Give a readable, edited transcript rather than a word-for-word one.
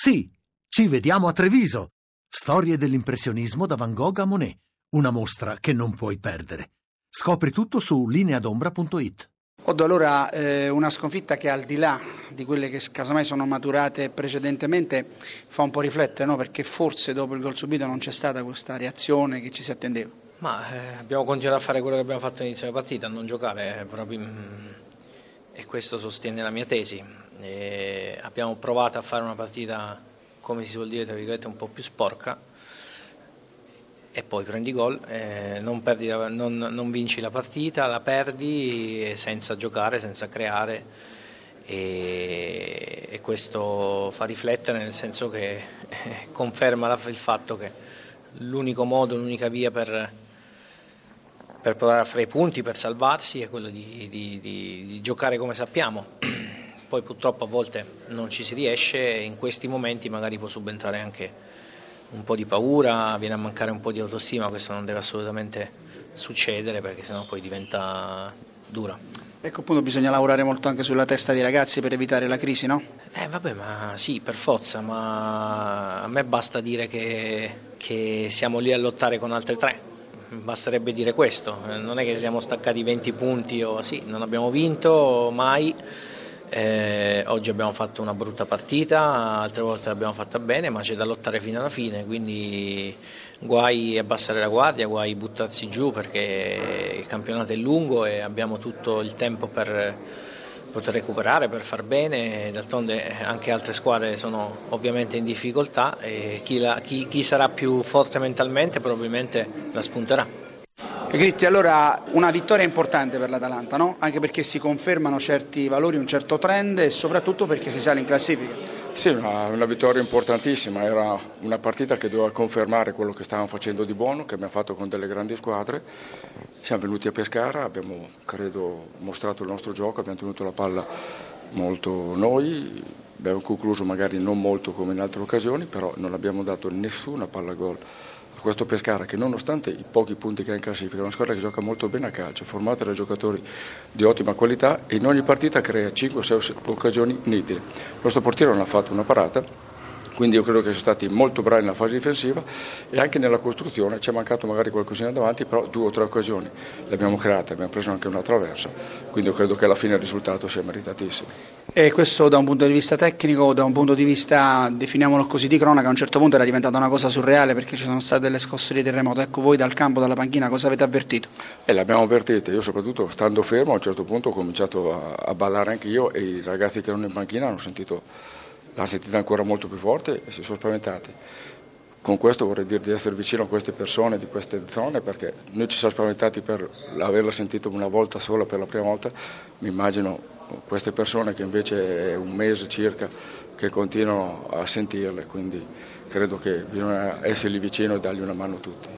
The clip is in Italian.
Sì, ci vediamo a Treviso. Storie dell'impressionismo da Van Gogh a Monet. Una mostra che non puoi perdere. Scopri tutto su lineadombra.it. Oddo, allora una sconfitta che al di là di quelle che casomai sono maturate precedentemente fa un po' riflettere, no? Perché forse dopo il gol subito non c'è stata questa reazione che ci si attendeva. Abbiamo continuato a fare quello che abbiamo fatto all'inizio della partita, a non giocare proprio, e questo sostiene la mia tesi. Abbiamo provato a fare una partita, come si vuol dire, tra virgolette, un po' più sporca, e poi prendi gol, non vinci la partita, la perdi senza giocare, senza creare, e questo fa riflettere, nel senso che conferma il fatto che l'unico modo, l'unica via per provare a fare i punti, per salvarsi, è quello di giocare come sappiamo. Poi purtroppo a volte non ci si riesce, e in questi momenti magari può subentrare anche un po' di paura, viene a mancare un po' di autostima. Questo non deve assolutamente succedere, perché sennò poi diventa dura. Ecco, appunto, bisogna lavorare molto anche sulla testa dei ragazzi per evitare la crisi, no? Ma sì, per forza, ma a me basta dire che siamo lì a lottare con altre tre. Basterebbe dire questo, non è che siamo staccati 20 punti non abbiamo vinto mai. Oggi abbiamo fatto una brutta partita, altre volte l'abbiamo fatta bene, ma c'è da lottare fino alla fine, quindi guai abbassare la guardia, guai buttarsi giù, perché il campionato è lungo e abbiamo tutto il tempo per poter recuperare, per far bene. D'altronde anche altre squadre sono ovviamente in difficoltà, e chi sarà più forte mentalmente probabilmente la spunterà. E Gritti, allora una vittoria importante per l'Atalanta, no? Anche perché si confermano certi valori, un certo trend, e soprattutto perché si sale in classifica. Sì, una vittoria importantissima, era una partita che doveva confermare quello che stavamo facendo di buono, che abbiamo fatto con delle grandi squadre. Siamo venuti a Pescara, abbiamo credo mostrato il nostro gioco, abbiamo tenuto la palla molto noi, abbiamo concluso magari non molto come in altre occasioni, però non abbiamo dato nessuna palla gol a questo Pescara, che nonostante i pochi punti che ha in classifica è una squadra che gioca molto bene a calcio, formata da giocatori di ottima qualità, e in ogni partita crea 5-6 occasioni nitide. Il nostro portiere non ha fatto una parata, quindi io credo che sia stati molto bravi nella fase difensiva, e anche nella costruzione ci è mancato magari qualcosina davanti, però 2 o 3 occasioni le abbiamo create, abbiamo preso anche una traversa, quindi io credo che alla fine il risultato sia meritatissimo. E questo da un punto di vista tecnico, da un punto di vista, definiamolo così, di cronaca, a un certo punto era diventata una cosa surreale, perché ci sono state delle scosse di terremoto. Ecco, voi dal campo, dalla panchina, cosa avete avvertito? L'abbiamo avvertito, io soprattutto stando fermo a un certo punto ho cominciato a ballare anche io, e i ragazzi che erano in panchina l'hanno sentita ancora molto più forte e si sono spaventati. Con questo vorrei dire di essere vicino a queste persone di queste zone, perché noi ci siamo spaventati per averla sentita una volta sola, per la prima volta. Mi immagino queste persone che invece è un mese circa che continuano a sentirle, quindi credo che bisogna essergli vicino e dargli una mano tutti.